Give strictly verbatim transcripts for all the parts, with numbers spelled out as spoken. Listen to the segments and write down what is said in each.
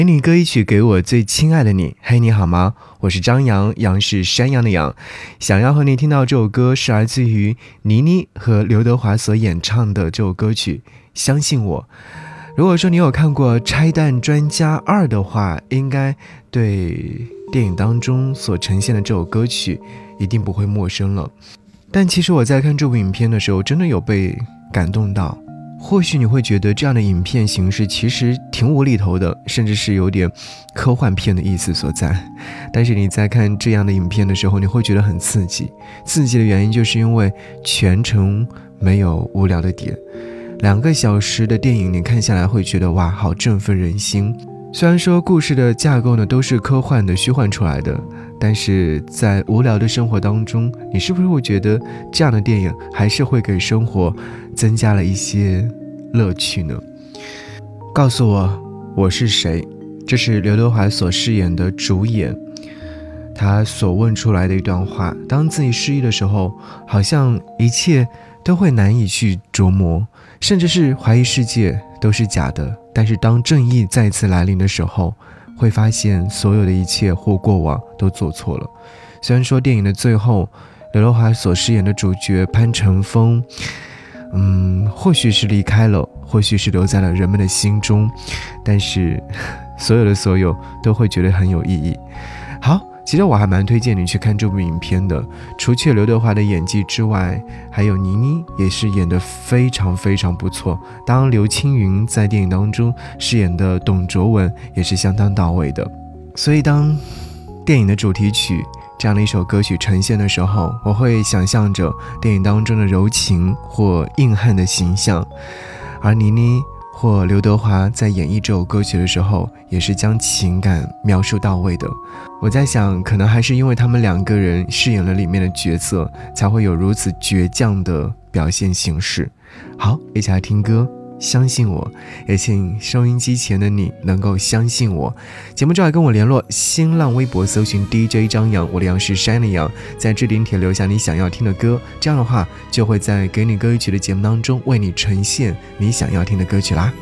给你歌一曲，给我最亲爱的你。嘿，你好吗？我是张扬，杨是山羊的羊。想要和你听到这首歌是来自于倪妮和刘德华所演唱的这首歌曲《相信我》。如果说你有看过《拆弹专家二》的话，应该对电影当中所呈现的这首歌曲一定不会陌生了。但其实我在看这部影片的时候，真的有被感动到。或许你会觉得这样的影片形式其实挺无厘头的，甚至是有点科幻片的意思所在，但是你在看这样的影片的时候，你会觉得很刺激。刺激的原因就是因为全程没有无聊的点，两个小时的电影你看下来会觉得哇，好振奋人心。虽然说故事的架构呢都是科幻的虚幻出来的，但是在无聊的生活当中，你是不是会觉得这样的电影还是会给生活增加了一些乐趣呢？告诉我我是谁，这是刘德华所饰演的主演，他所问出来的一段话。当自己失忆的时候，好像一切都会难以去琢磨，甚至是怀疑世界都是假的。但是当正义再次来临的时候，会发现所有的一切或过往都做错了。虽然说电影的最后，刘德华所饰演的主角潘乘风嗯，或许是离开了，或许是留在了人们的心中，但是所有的所有都会觉得很有意义。好，其实我还蛮推荐你去看这部影片的，除去刘德华的演技之外，还有倪妮也是演得非常非常不错。当刘青云在电影当中饰演的董卓文也是相当到位的。所以当电影的主题曲这样的一首歌曲呈现的时候，我会想象着电影当中的柔情或硬汉的形象，而倪妮或刘德华在演绎这首歌曲的时候，也是将情感描述到位的。我在想，可能还是因为他们两个人饰演了里面的角色，才会有如此倔强的表现形式。好，一起来听歌，相信我，也请收音机前的你能够相信我。节目之外跟我联络，新浪微博搜寻 D J 张扬，我的杨是山的杨，在置顶帖留下你想要听的歌，这样的话就会在给你歌曲的节目当中为你呈现你想要听的歌曲啦。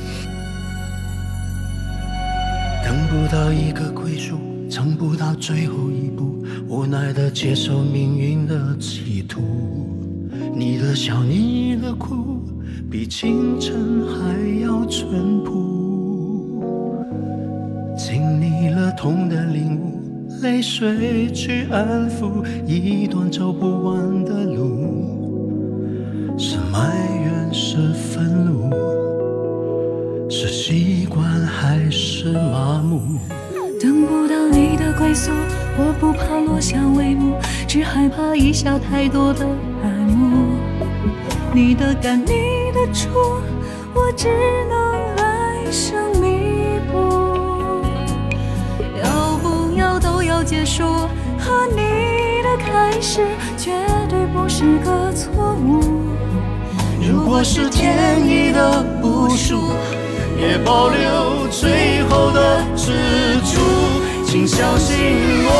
等不到一个归属，撑不到最后一步，无奈的接受命运的企图。你的笑，你的哭，比清晨还要淳朴，经历了痛的领悟，泪水去安抚一段走不完的路。是埋怨，是愤怒，是习惯还是麻木？ 等不到你的归宿，我不怕落下帷幕，只害怕遗下太多的爱慕。你的感，你的触，我只能来生弥补。要不要都要结束，和你的开始绝对不是个错误。 如果是天意的不属，也保留最后的支柱。请相信我，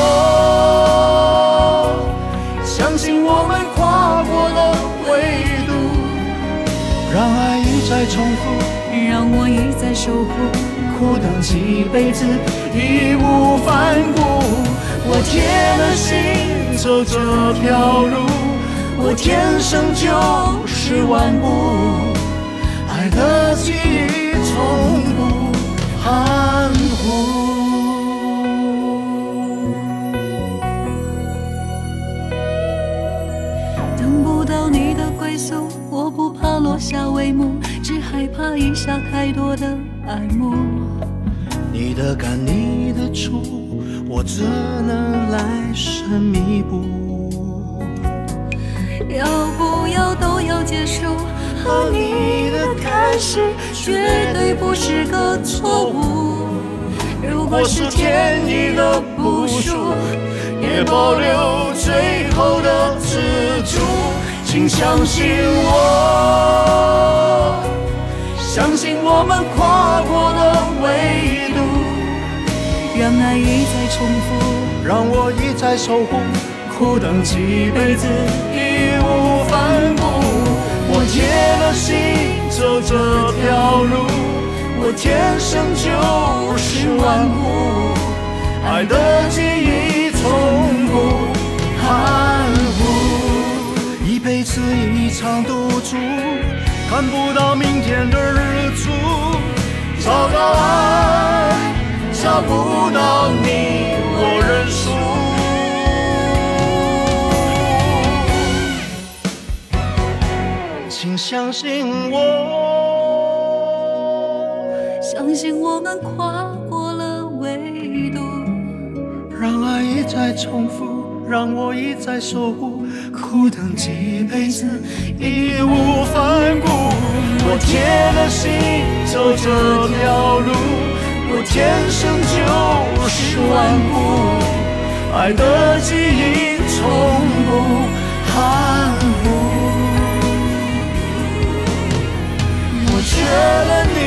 相信我们跨过了纬度，让爱一再重复， 让我一再守护， 苦等几辈子义无反顾。我铁了心走这条路，我天生就是顽固，爱的记忆从不含糊。 等不到你的归宿，我不怕落下帷幕，只害怕遗下太多的爱慕。 你的感，你的触，我只能来生弥补。 要不要都要结束，和你的开始绝对不是个错误。如果是天意的不属， 也保留最后的支柱。请相信我，相信我们跨过了纬度， 让爱一再重复， 让我一再守护，苦等几辈子义无反顾。我铁了心走这条路， 我天生就是顽固，爱的记忆从不含糊，一辈子一场赌注，看不到明天的日出，找到爱，找不到你，我认输。请相信我， 相信我们跨过了纬度， 让爱一再重复，让我一再守护，苦等几辈子义无反顾。我铁了心走这条路，我天生就是顽固，爱的记忆从不含糊。我缺了你